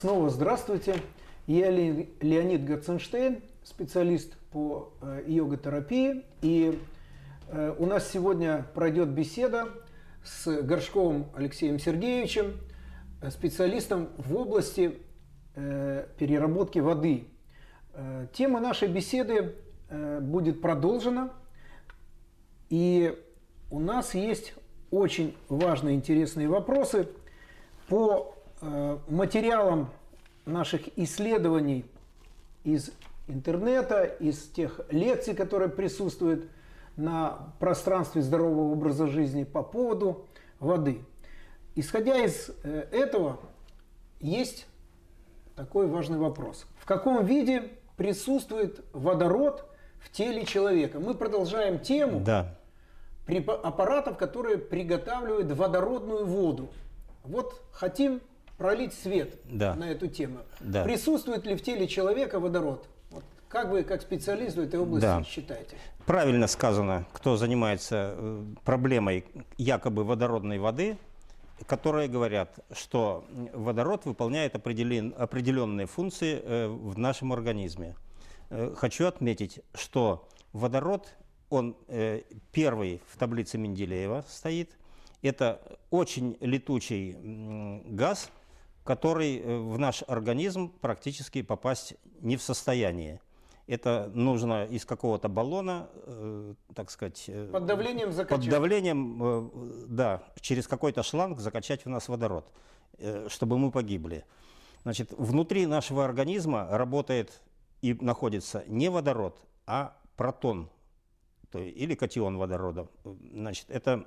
Снова здравствуйте. Я Леонид Герценштейн, специалист по йога-терапии. И у нас сегодня пройдет беседа с Горшковым Алексеем Сергеевичем, специалистом в области переработки воды. Тема нашей беседы будет продолжена. И у нас есть очень важные, интересные вопросы по материалам наших исследований из интернета, из тех лекций, которые присутствуют на пространстве здорового образа жизни по поводу воды. Исходя из этого, есть такой важный вопрос. В каком виде присутствует водород в теле человека? Мы продолжаем тему аппаратов, которые приготавливают водородную воду. Вот хотим пролить свет на эту тему. Присутствует ли в теле человека водород? Вот как вы, как специалист в этой области, считаете? Правильно сказано, кто занимается проблемой якобы водородной воды, которые говорят, что водород выполняет определенные функции в нашем организме. Хочу отметить, что водород, он первый в таблице Менделеева стоит. Это очень летучий газ, который в наш организм практически попасть не в состоянии. Это нужно из какого-то баллона, так сказать, под давлением закачать. Под давлением, через какой-то шланг закачать в нас водород, чтобы мы погибли. Значит, внутри нашего организма работает и находится не водород, а протон, или катион водорода. Значит, это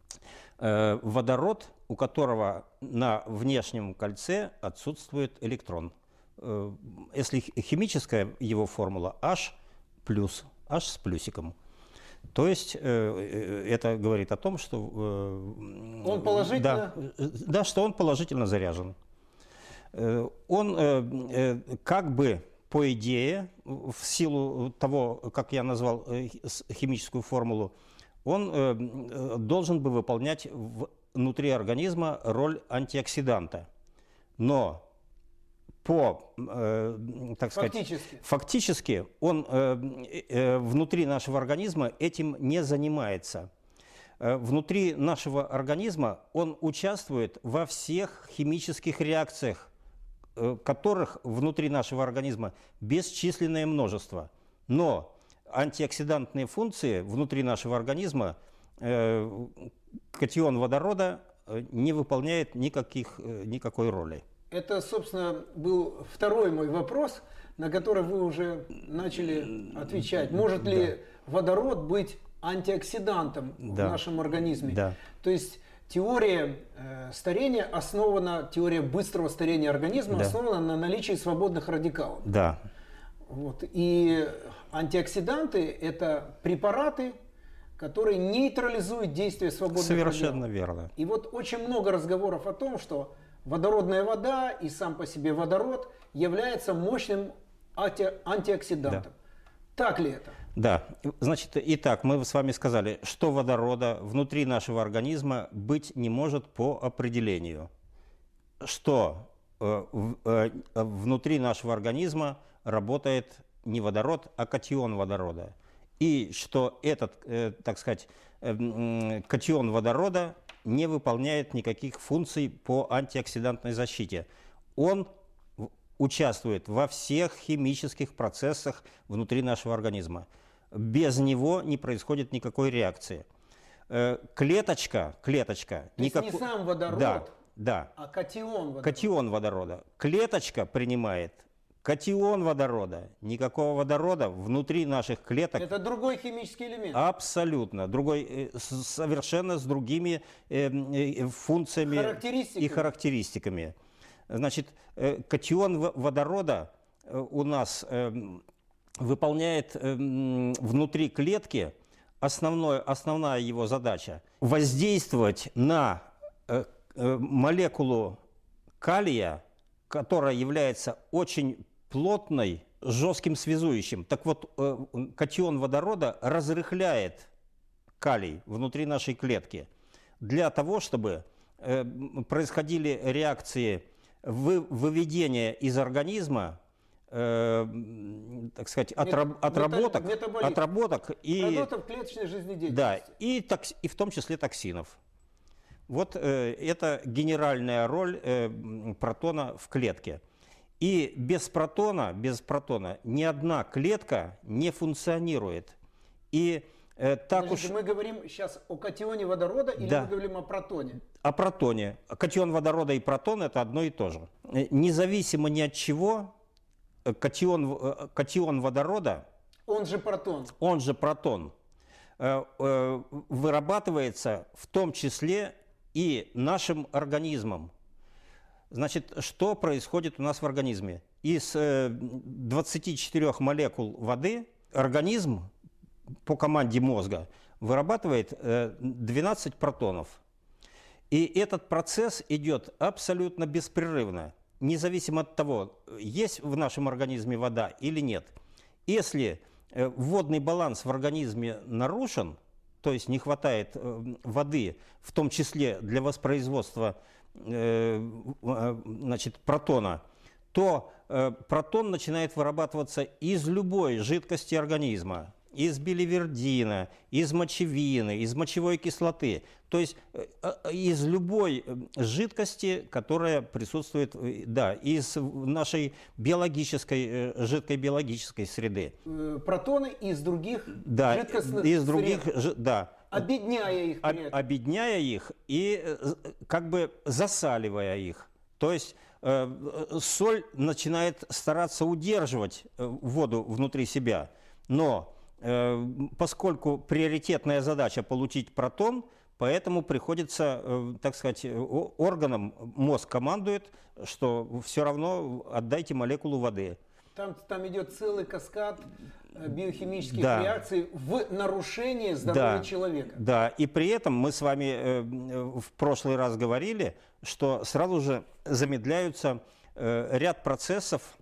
водород, у которого на внешнем кольце отсутствует электрон. Если химическая его формула H+, H с плюсиком, то есть это говорит о том, что он положительно? Да, что он положительно заряжен. Он как бы, по идее, в силу того, как я назвал химическую формулу, он должен бы выполнять внутри организма роль антиоксиданта. Но фактически он внутри нашего организма этим не занимается. Внутри нашего организма он участвует во всех химических реакциях, которых внутри нашего организма бесчисленное множество. Но антиоксидантные функции внутри нашего организма катион водорода не выполняет никакой роли. Это, собственно, был второй мой вопрос, на который вы уже начали отвечать. Может ли водород быть антиоксидантом в нашем организме? То есть теория старения теория быстрого старения организма основана на наличии свободных радикалов. Вот. И антиоксиданты – это препараты, которые нейтрализуют действие свободных радикалов. Совершенно верно. И вот очень много разговоров о том, что водородная вода и сам по себе водород является мощным антиоксидантом. Так ли это? Да. Значит, итак, мы с вами сказали, что водорода внутри нашего организма быть не может по определению. Что внутри нашего организма работает не водород, а катион водорода. И что этот, так сказать, катион водорода не выполняет никаких функций по антиоксидантной защите. Он участвует во всех химических процессах внутри нашего организма. Без него не происходит никакой реакции. Клеточка. То есть не сам водород, а катион водорода. Катион водорода. Клеточка принимает катион водорода. Никакого водорода внутри наших клеток. Это другой химический элемент. Абсолютно. Другой, совершенно с другими функциями и характеристиками. Значит, катион водорода у нас выполняет внутри клетки основная его задача – воздействовать на молекулу калия, которая является очень плотной, жестким связующим. Так вот, катион водорода разрыхляет калий внутри нашей клетки для того, чтобы происходили реакции выведение из организма, так сказать, отработок и продуктов клеточной жизнедеятельности. Да, и в том числе токсинов. Вот это генеральная роль протона в клетке. И без протона ни одна клетка не функционирует. И Подождите, мы говорим сейчас о катионе водорода или мы говорим о протоне? О протоне. Катион водорода и протон – это одно и то же. Независимо ни от чего, катион водорода, он же протон, вырабатывается в том числе и нашим организмом. Значит, что происходит у нас в организме? Из 24 молекул воды организм по команде мозга вырабатывает 12 протонов. И этот процесс идет абсолютно беспрерывно, независимо от того, есть в нашем организме вода или нет. Если водный баланс в организме нарушен, то есть не хватает воды, в том числе для воспроизводства протона, то протон начинает вырабатываться из любой жидкости организма. Из биливердина, из мочевины, из мочевой кислоты. То есть из любой жидкости, которая присутствует, из нашей жидкой биологической среды. Протоны из других жидкостных сред. Объединяя их и как бы засаливая их. То есть соль начинает стараться удерживать воду внутри себя, но поскольку приоритетная задача получить протон, поэтому приходится, так сказать, органам, мозг командует, что все равно отдайте молекулу воды. Там идет целый каскад биохимических реакций в нарушении здоровья человека. Да, и при этом мы с вами в прошлый раз говорили, что сразу же замедляются ряд процессов.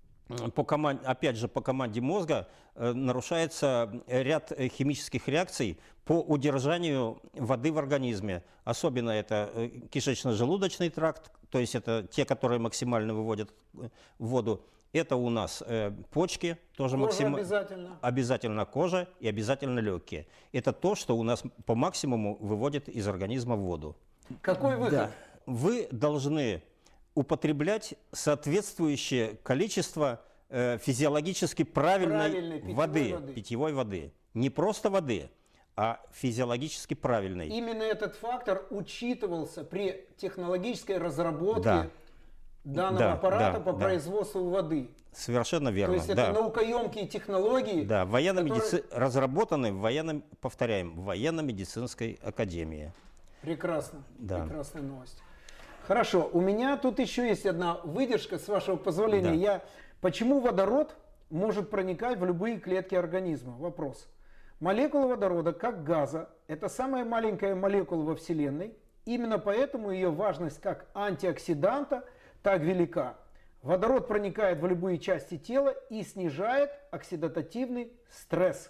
Опять же, по команде мозга нарушается ряд химических реакций по удержанию воды в организме. Особенно это кишечно-желудочный тракт, то есть это те, которые максимально выводят воду. Это у нас почки, тоже максимально. Обязательно кожа и обязательно легкие. Это то, что у нас по максимуму выводит из организма воду. Какой выход? Да. Вы должны употреблять соответствующее количество физиологически правильной питьевой воды. Не просто воды, а физиологически правильной. Именно этот фактор учитывался при технологической разработке данного аппарата по производству воды. Совершенно верно. То есть это наукоемкие технологии, разработаны в военно-медицинской академии. Прекрасно. Прекрасная новость. Хорошо, у меня тут еще есть одна выдержка, с вашего позволения. Почему водород может проникать в любые клетки организма? Вопрос. Молекула водорода, как газа, это самая маленькая молекула во Вселенной. Именно поэтому ее важность как антиоксиданта так велика. Водород проникает в любые части тела и снижает оксидативный стресс.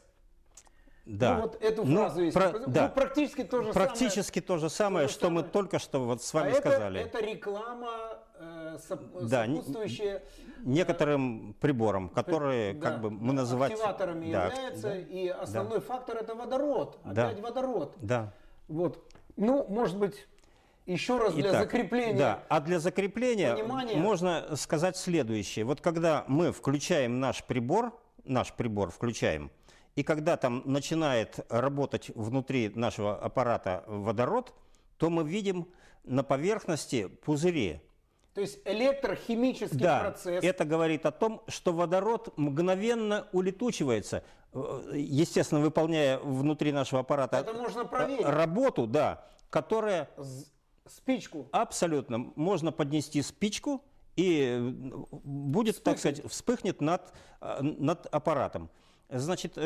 Да. Ну, вот эту фразу практически то же самое. Практически то же самое, что мы только что вот с вами сказали. Это реклама, сопутствующая некоторым приборам, которые как бы мы называть активаторами являются, и основной фактор это водород. Опять водород. Да. Вот. Ну, может быть, еще раз для закрепления. А для закрепления понимания можно сказать следующее. Вот когда мы включаем наш прибор включаем, и когда там начинает работать внутри нашего аппарата водород, то мы видим на поверхности пузыри. То есть электрохимический процесс. Это говорит о том, что водород мгновенно улетучивается, естественно, выполняя внутри нашего аппарата это можно проверить. Работу, которая... Спичку. Абсолютно. Можно поднести спичку, и будет, так сказать, вспыхнет над аппаратом. Значит,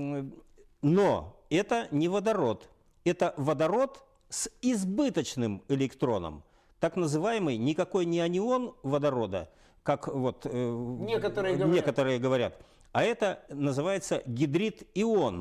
но это не водород. Это водород с избыточным электроном. Так называемый никакой не анион водорода, как вот некоторые говорят, а это называется гидрид-ион.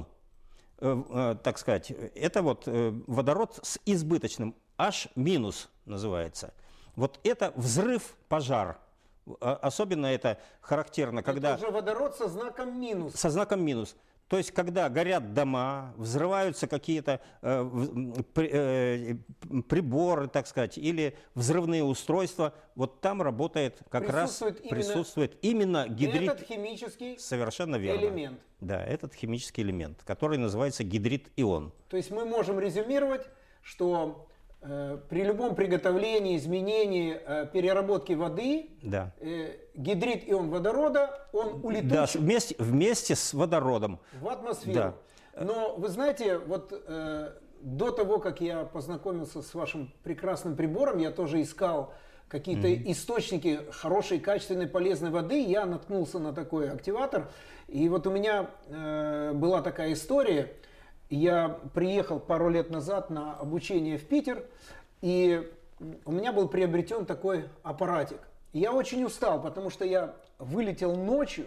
Так сказать, это вот водород с избыточным, H- называется. Вот это взрыв, пожар. Особенно это характерно, когда... Это уже водород со знаком минус. Со знаком минус. То есть, когда горят дома, взрываются какие-то приборы, так сказать, или взрывные устройства, вот там работает как раз присутствует именно гидрид. Этот химический совершенно верно. элемент. Да, этот химический элемент, который называется гидрид-ион. То есть мы можем резюмировать, что при любом приготовлении, изменении, переработке воды, да. Гидрид-ион водорода, он улетучивается вместе с водородом в атмосферу. Да. Но вы знаете, вот до того, как я познакомился с вашим прекрасным прибором, я тоже искал какие-то источники хорошей, качественной, полезной воды. Я наткнулся на такой активатор. И вот у меня была такая история. Я приехал пару лет назад на обучение в Питер, и у меня был приобретен такой аппаратик. Я очень устал, потому что я вылетел ночью,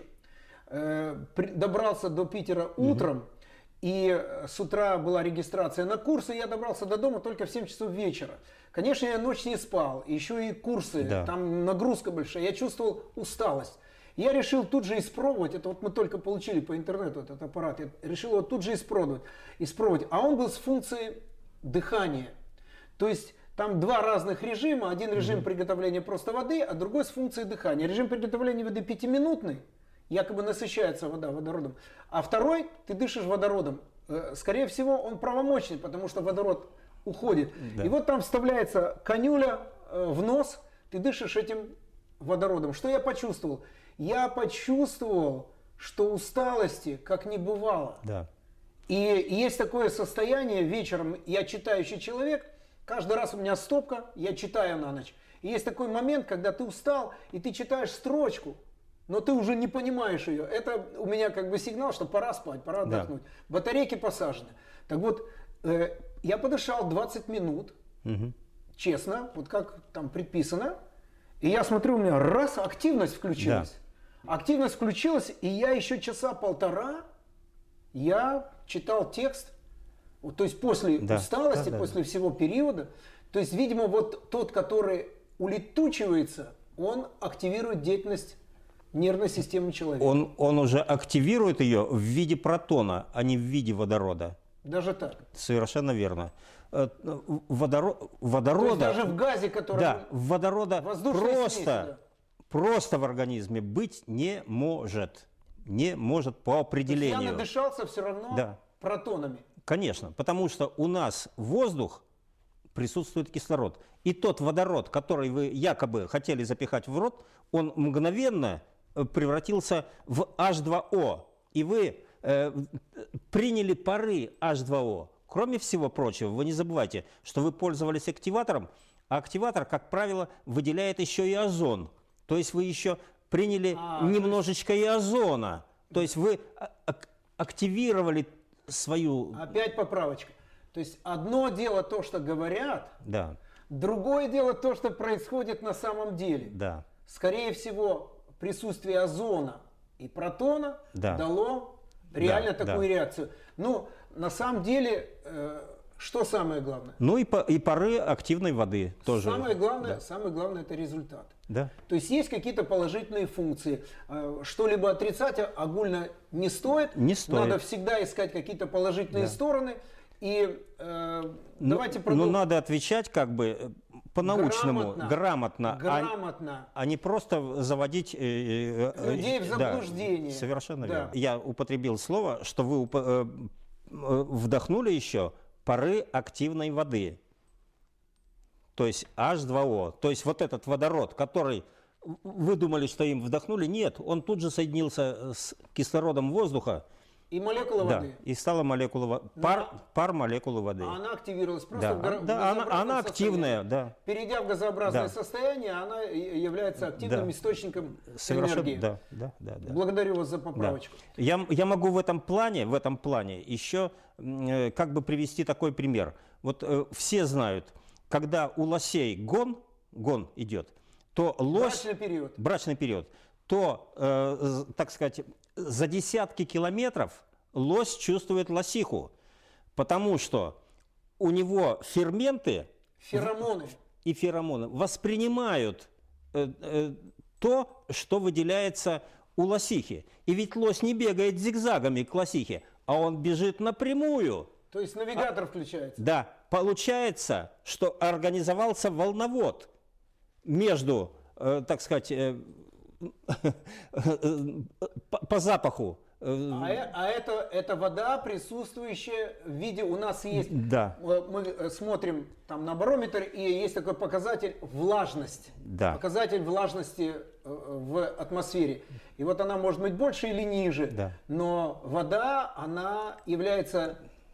добрался до Питера утром, и с утра была регистрация на курсы, и я добрался до дома только в 7 часов вечера. Конечно, я ночь не спал, еще и курсы, да. Там нагрузка большая, я чувствовал усталость. Я решил тут же испробовать, это вот мы только получили по интернету этот аппарат, я решил его тут же испробовать. А он был с функцией дыхания. То есть там два разных режима, один режим приготовления просто воды, а другой с функцией дыхания. Режим приготовления воды 5-минутный, якобы насыщается вода водородом, а второй ты дышишь водородом. Скорее всего он правомочный, потому что водород уходит. Да. И вот там вставляется канюля в нос, ты дышишь этим водородом. Что я почувствовал? Я почувствовал, что усталости как не бывало. Да. И есть такое состояние, вечером я читающий человек, каждый раз у меня стопка, я читаю на ночь. И есть такой момент, когда ты устал, и ты читаешь строчку, но ты уже не понимаешь ее. Это у меня как бы сигнал, что пора спать, пора отдохнуть. Да. Батарейки посажены. Так вот, я подышал 20 минут, честно, вот как там предписано, и я смотрю, у меня раз, активность включилась. Да. Активность включилась, и я еще часа полтора я читал текст, то есть после усталости, после всего периода. То есть, видимо, вот тот, который улетучивается, он активирует деятельность нервной системы человека. Он уже активирует ее в виде протона, а не в виде водорода. Даже так? Совершенно верно. Водорода... То есть даже в газе, который... Да, водорода просто в организме быть не может. Не может по определению. То есть я надышался все равно протонами. Конечно, потому что у нас воздух, присутствует кислород. И тот водород, который вы якобы хотели запихать в рот, он мгновенно превратился в H2O. И вы приняли пары H2O. Кроме всего прочего, вы не забывайте, что вы пользовались активатором, а активатор, как правило, выделяет еще и озон. То есть вы еще приняли немножечко и озона. То есть вы активировали свою... Опять поправочка. То есть одно дело то, что говорят, другое дело то, что происходит на самом деле. Да. Скорее всего, присутствие озона и протона дало реально такую реакцию. Ну, на самом деле, что самое главное? Ну и пары активной воды тоже. Самое главное это результат. Да. То есть есть какие-то положительные функции. Что-либо отрицать огульно не стоит. Не стоит. Надо всегда искать какие-то положительные стороны. И давайте продолжим. Но надо отвечать как бы по-научному, грамотно, а не просто заводить людей в заблуждение. Да, совершенно верно. Я употребил слово, что вы вдохнули еще пары активной воды. То есть H2O. То есть вот этот водород, который вы думали, что им вдохнули, нет, он тут же соединился с кислородом воздуха. И молекула воды. И стала молекула пар молекулы воды. А она активировалась просто в она активная, да. Перейдя в газообразное состояние, она является активным источником энергии. Да. Благодарю вас за поправочку. Да. Я могу в этом плане еще как бы привести такой пример. Вот все знают, когда у лосей гон идет, то лось... Брачный период. То, так сказать, за десятки километров лось чувствует лосиху, потому что у него ферменты... и феромоны воспринимают то, что выделяется у лосихи. И ведь лось не бегает зигзагами к лосихе, а он бежит напрямую. То есть навигатор включается. Да, получается, что организовался волновод между, так сказать, по запаху. Это вода, присутствующая в виде, у нас есть, Да. Мы смотрим там на барометр, и есть такой показатель влажность. Да. Показатель влажности в атмосфере. И вот она может быть больше или ниже, Да. но вода, она является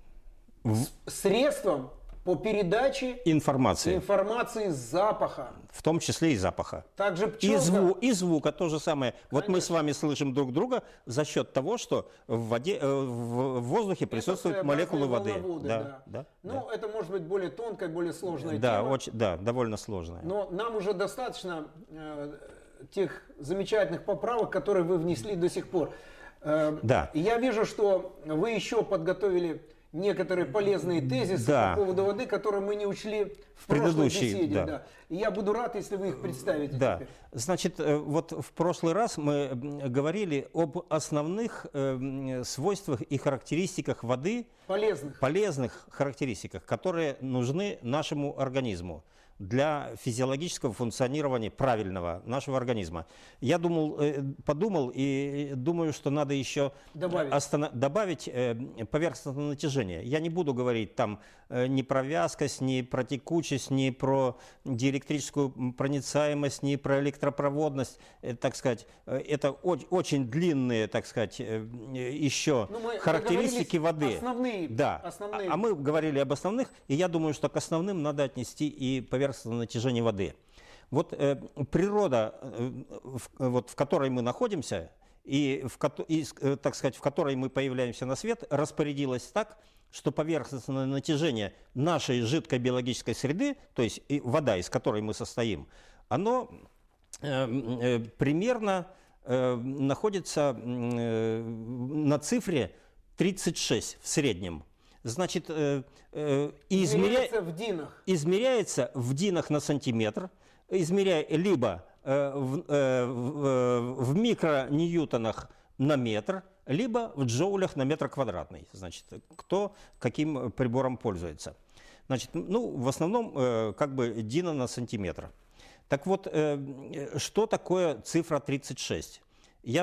средством по передаче Информации, информации с запаха. в том числе и запаха. Также пчелка. И звука то же самое. Вот мы с Конечно. вами слышим друг друга за счет того, что в воде, в воздухе присутствуют молекулы воды. Волноводы, да. Ну, это может быть более тонкая, более сложная Да, тема. очень, да, довольно сложная. Но нам уже достаточно тех замечательных поправок, которые вы внесли до сих пор. Да. И я вижу, что вы еще подготовили некоторые полезные тезисы Да. по поводу воды, которые мы не учли в прошлой предыдущей, беседе. да. Да. И я буду рад, если вы их представите Да, теперь. значит, вот в прошлый раз мы говорили об основных свойствах и характеристиках воды, полезных характеристиках, которые нужны нашему организму для физиологического функционирования правильного нашего организма. Я подумал и думаю, что надо еще добавить поверхностное натяжение. Я не буду говорить там ни про вязкость, ни про текучесть, ни про диэлектрическую проницаемость, ни про электропроводность. Так сказать, это очень длинные, так сказать, еще характеристики воды. Основные. Да. А мы говорили об основных, и я думаю, что к основным надо отнести и поверхностное натяжение воды. Вот природа, в которой мы находимся, так сказать, в которой мы появляемся на свет, распорядилась так, что поверхностное натяжение нашей жидкой биологической среды, то есть вода, из которой мы состоим, оно примерно находится на цифре 36 в среднем. Значит, измеряется в динах. Измеряется в динах на сантиметр, либо в микроньютонах на метр, либо в джоулях на метр квадратный. Значит, кто каким прибором пользуется. Значит, ну, в основном, как бы дина на сантиметр. Так вот, что такое цифра 36? Я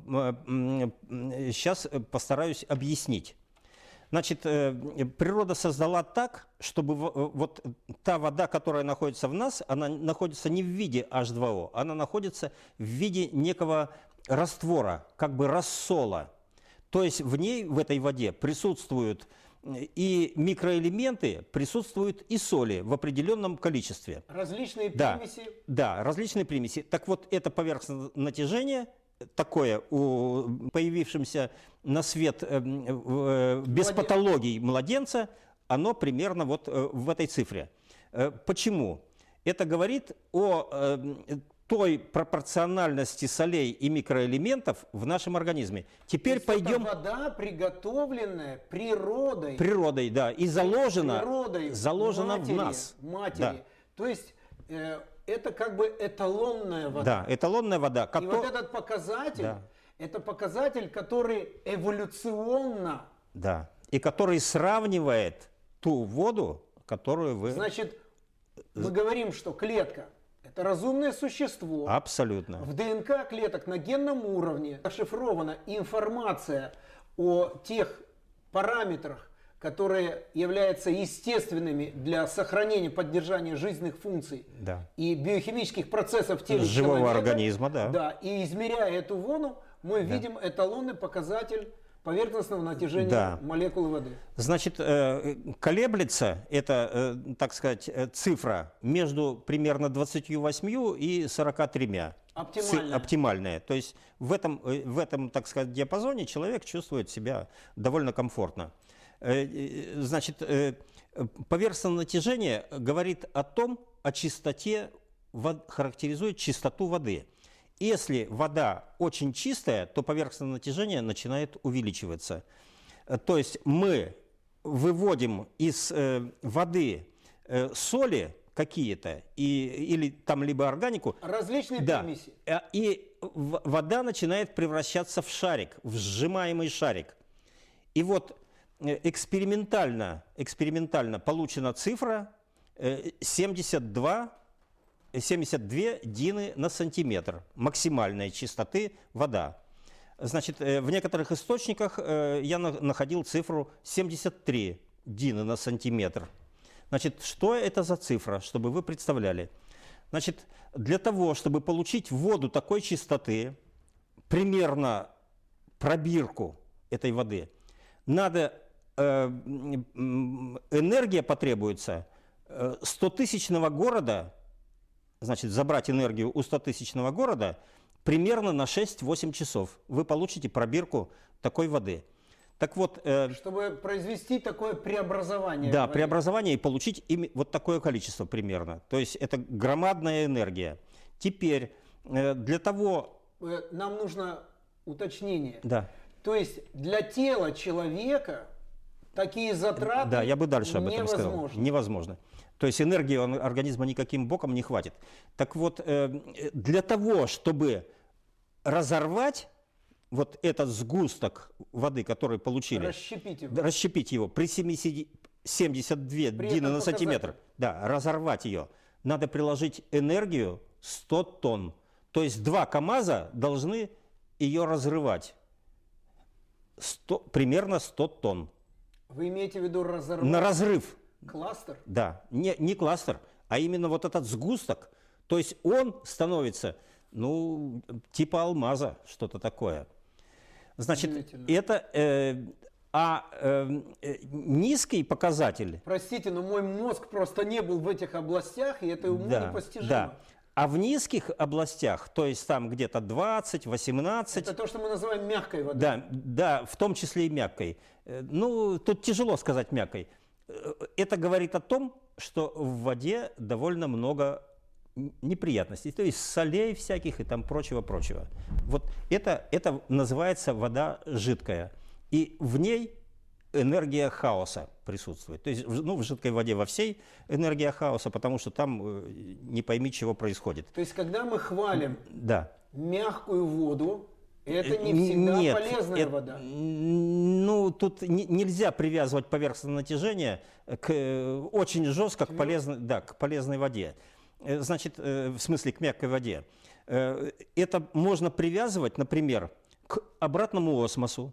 вам сейчас постараюсь объяснить. Значит, природа создала так, чтобы вот та вода, которая находится в нас, она находится не в виде H2O, она находится в виде некого раствора, как бы рассола. То есть в ней, в этой воде, присутствуют и микроэлементы, присутствуют и соли в определенном количестве. Различные примеси. Да, различные примеси. Так вот, это поверхностное натяжение, такое у появившемся на свет без патологий младенца, оно примерно вот в этой цифре. Почему? Это говорит о той пропорциональности солей и микроэлементов в нашем организме. Теперь пойдем... Это вода, приготовленная природой. Природой, да, и заложена матери, в нас. Матери. Да. То есть это как бы эталонная вода. Да, эталонная вода. И вот этот показатель, это показатель, который эволюционно... Да, и который сравнивает ту воду, которую вы... Значит, мы говорим, что клетка – это разумное существо. Абсолютно. В ДНК клеток на генном уровне зашифрована информация о тех параметрах, которые являются естественными для сохранения, поддержания жизненных функций и биохимических процессов в теле живого человека, организма. Да. И измеряя эту воду, мы видим эталонный показатель поверхностного натяжения молекулы воды. Значит, колеблется эта, так сказать, цифра между примерно 28 и 43. Оптимальная. То есть в этом, так сказать, диапазоне человек чувствует себя довольно комфортно. Значит, поверхностное натяжение говорит о чистоте, характеризует чистоту воды. Если вода очень чистая, то поверхностное натяжение начинает увеличиваться. То есть мы выводим из воды соли, какие-то, или там либо органику. Различные Да. примеси. И вода начинает превращаться в шарик, в сжимаемый шарик. И вот экспериментально получена цифра 72 дины на сантиметр максимальной чистоты вода. Значит, в некоторых источниках я находил цифру 73 дины на сантиметр. Значит, что это за цифра, чтобы вы представляли? Значит, для того, чтобы получить воду такой чистоты, примерно пробирку этой воды, надо, энергия потребуется 100-тысячного города, значит, забрать энергию у 100-тысячного города примерно на 6-8 часов. Вы получите пробирку такой воды. Так вот, чтобы произвести такое преобразование. Да, преобразование и получить вот такое количество примерно. То есть это громадная энергия. Теперь для того... Нам нужно уточнение. Да. То есть для тела человека такие затраты Да, я бы дальше об этом сказал. невозможно. Невозможно. То есть энергии организма никаким боком не хватит. Так вот, для того, чтобы разорвать вот этот сгусток воды, который получили, расщепить его при 72 дины на сантиметр, да, разорвать ее, надо приложить энергию 100 тонн. То есть 2 КАМАЗа должны ее разрывать. Примерно 100 тонн. Вы имеете в виду разорвать? На разрыв. Кластер? Да, не кластер, а именно вот этот сгусток. То есть он становится, ну, типа алмаза, что-то такое. Значит, это... низкий показатель... Простите, но мой мозг просто не был в этих областях, и это уму непостижимо. Да. А в низких областях, то есть там где-то 20, 18... Это то, что мы называем мягкой водой. Да, в том числе и мягкой. Ну, тут тяжело сказать мягкой. Это говорит о том, что в воде довольно много неприятностей, то есть солей всяких и там прочего-прочего. Вот это называется вода жидкая. И в ней энергия хаоса присутствует. То есть, ну, в жидкой воде во всей энергия хаоса, потому что там не пойми, чего происходит. То есть, когда мы хвалим мягкую воду, это не всегда полезная вода? Ну, тут нельзя привязывать поверхностное натяжение очень жестко к полезной воде. Значит, в смысле, к мягкой воде. Это можно привязывать, например, к обратному осмосу.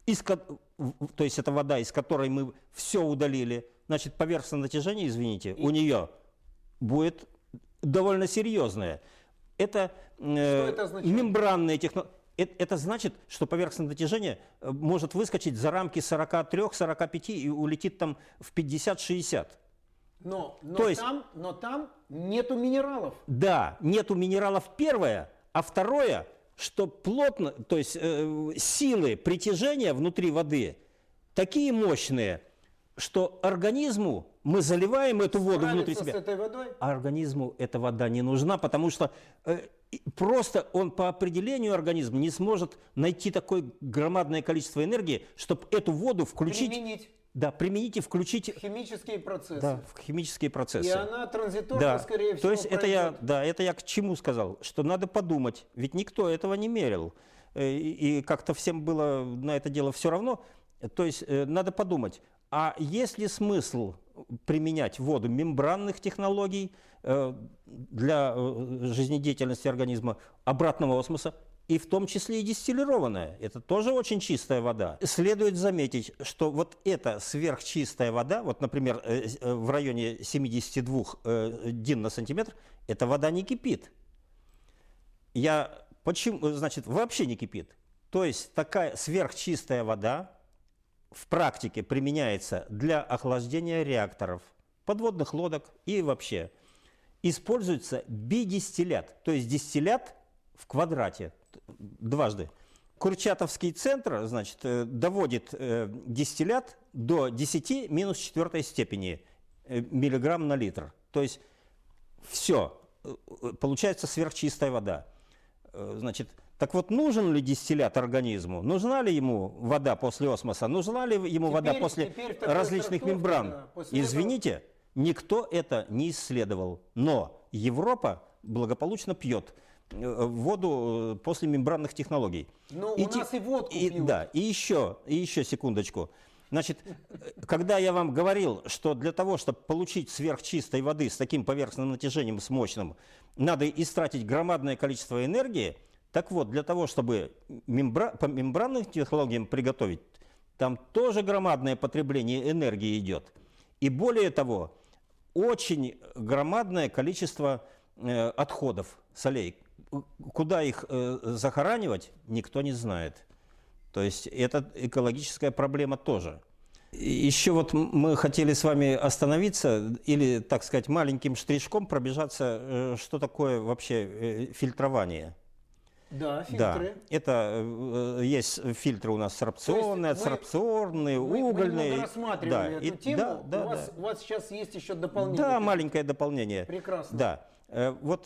То есть это вода, из которой мы все удалили. Значит, поверхностное натяжение, извините, у нее будет довольно серьезное. Это мембранные технологии. Это значит, что поверхностное натяжение может выскочить за рамки 43-45 и улетит там в 50-60. Но там нету минералов. Да, нету минералов первое, а второе, что плотно, то есть силы притяжения внутри воды такие мощные, что организму мы заливаем эту воду внутри себя. С этой водой? А организму эта вода не нужна, потому что просто он по определению организм не сможет найти такое громадное количество энергии, чтобы эту воду включить. Применить и включить в химические процессы. Да, в химические процессы. И она транзиторно, скорее всего, то есть это я к чему сказал, что надо подумать, ведь никто этого не мерил, и как-то всем было на это дело все равно. То есть надо подумать, а есть ли смысл применять воду мембранных технологий для жизнедеятельности организма, обратного осмоса, и в том числе и дистиллированная. Это тоже очень чистая вода. Следует заметить, что вот эта сверхчистая вода, вот, например, в районе 72 дин на сантиметр, эта вода не кипит. Значит, вообще не кипит. То есть такая сверхчистая вода в практике применяется для охлаждения реакторов, подводных лодок и вообще. Используется бидистиллят, то есть дистиллят в квадрате, дважды. Курчатовский центр, значит, доводит дистиллят до 10 минус 4 степени миллиграмм на литр. То есть все, получается сверхчистая вода. Значит, так вот, нужен ли дистиллят организму? Нужна ли ему вода после осмоса? Нужна ли ему вода после различных мембран? Извините, Никто это не исследовал. Но Европа благополучно пьет воду после мембранных технологий. Но у нас и водку пьют. Да, и еще секундочку. Значит, когда я вам говорил, что для того, чтобы получить сверхчистой воды с таким поверхностным натяжением, с мощным, надо истратить громадное количество энергии, так вот, для того, чтобы по мембранным технологиям приготовить, там тоже громадное потребление энергии идет. И более того, очень громадное количество отходов, солей. Куда их захоранивать, никто не знает. То есть это экологическая проблема тоже. Еще вот мы хотели с вами остановиться или, так сказать, маленьким штришком пробежаться, что такое вообще фильтрование. Да, фильтры. Да, это есть фильтры у нас сорбционные, адсорбционные, угольные. Мы рассматривали эту тему. У вас сейчас есть еще дополнение. Да, маленькое дополнение. Прекрасно. Да. Вот,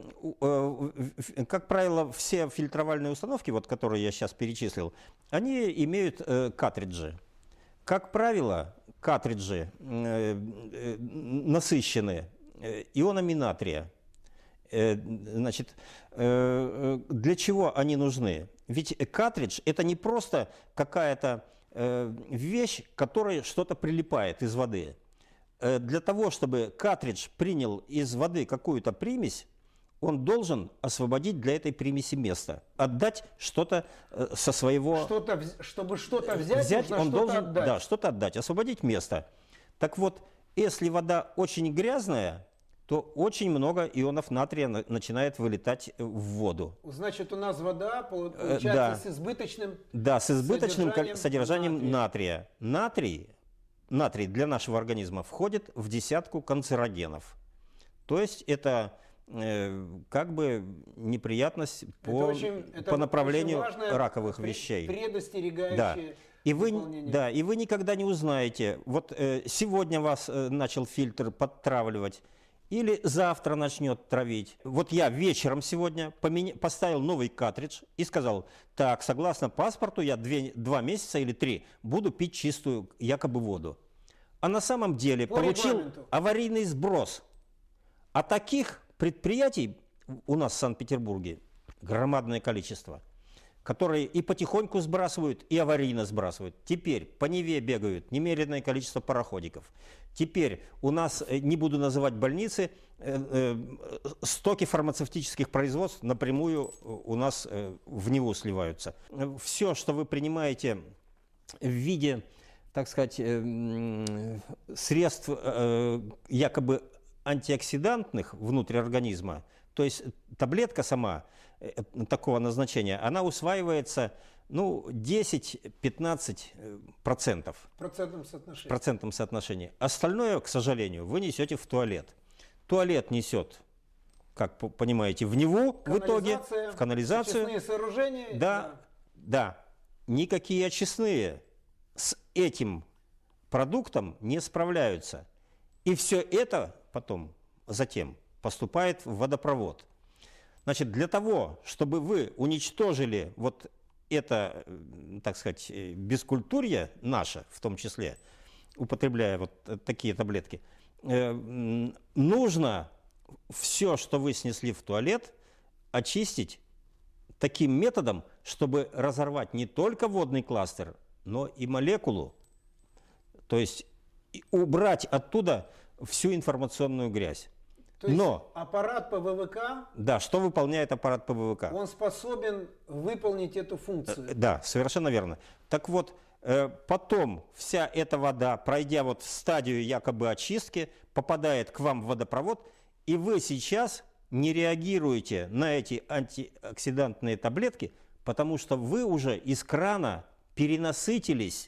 как правило, все фильтровальные установки, вот, которые я сейчас перечислил, они имеют картриджи. Как правило, картриджи насыщены ионами натрия. Значит, для чего они нужны? Ведь картридж – это не просто какая-то вещь, к которой что-то прилипает из воды. Для того, чтобы картридж принял из воды какую-то примесь, он должен освободить для этой примеси место, отдать что-то со своего... Чтобы что-то взять, он должен отдать. Да, что-то отдать, освободить место. Так вот, если вода очень грязная, то очень много ионов натрия начинает вылетать в воду. Значит, у нас вода получается с избыточным, с избыточным содержанием натрия. Натрий для нашего организма входит в десятку канцерогенов. То есть это как бы неприятность по направлению раковых вещей. Предостерегающее. И вы никогда не узнаете, вот сегодня вас начал фильтр подтравливать, или завтра начнет травить. Вот я вечером сегодня поставил новый картридж и сказал, так, согласно паспорту, я 2 месяца или 3 буду пить чистую якобы воду. А на самом деле получил аварийный сброс. А таких предприятий у нас в Санкт-Петербурге громадное количество, которые и потихоньку сбрасывают, и аварийно сбрасывают. Теперь по Неве бегают немереное количество пароходиков. Теперь у нас, не буду называть больницы, стоки фармацевтических производств напрямую у нас в Неву сливаются. Все, что вы принимаете в виде, так сказать, средств якобы антиоксидантных внутри организма, то есть таблетка сама такого назначения, она усваивается 10-15% в процентном соотношении. Остальное, к сожалению, вы несете в туалет. Туалет несет, как понимаете, в Неву, в итоге, в канализацию. Очистные сооружения. Да. Никакие очистные с этим продуктом не справляются. И все это затем поступает в водопровод. Значит, для того, чтобы вы уничтожили вот это, так сказать, бескультурье наше, в том числе, употребляя вот такие таблетки, нужно все, что вы снесли в туалет, очистить таким методом, чтобы разорвать не только водный кластер, но и молекулу, то есть убрать оттуда всю информационную грязь. То есть аппарат ПВВК... Да, что выполняет аппарат ПВВК? Он способен выполнить эту функцию. Да, совершенно верно. Так вот, потом вся эта вода, пройдя вот стадию якобы очистки, попадает к вам в водопровод, и вы сейчас не реагируете на эти антиоксидантные таблетки, потому что вы уже из крана перенасытились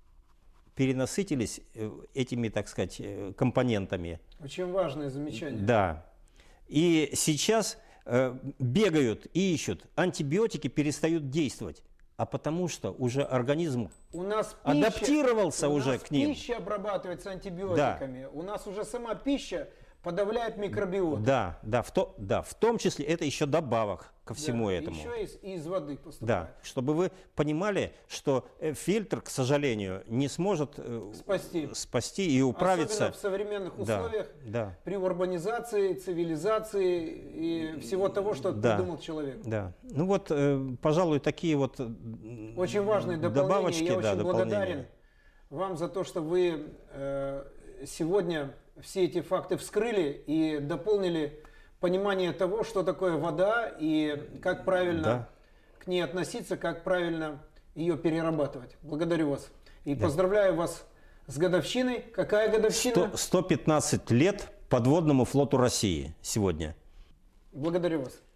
этими, так сказать, компонентами. Очень важное замечание. Да. И сейчас бегают и ищут, антибиотики перестают действовать. А потому что уже организм адаптировался уже к ним. Пища обрабатывается антибиотиками. Да. У нас уже сама пища подавляет микробиот. Да, в том числе это еще добавок ко всему Да, этому. еще из воды поступает. Да, чтобы вы понимали, что фильтр, к сожалению, не сможет спасти и управиться. Особенно в современных условиях, да. При урбанизации, цивилизации и всего того, что придумал человек. Да. Ну вот, пожалуй, такие вот очень важные дополнения. добавочки. Я очень благодарен вам за то, что вы сегодня все эти факты вскрыли и дополнили понимание того, что такое вода и как правильно к ней относиться, как правильно ее перерабатывать. Благодарю вас. И поздравляю вас с годовщиной. Какая годовщина? 115 лет подводному флоту России сегодня. Благодарю вас.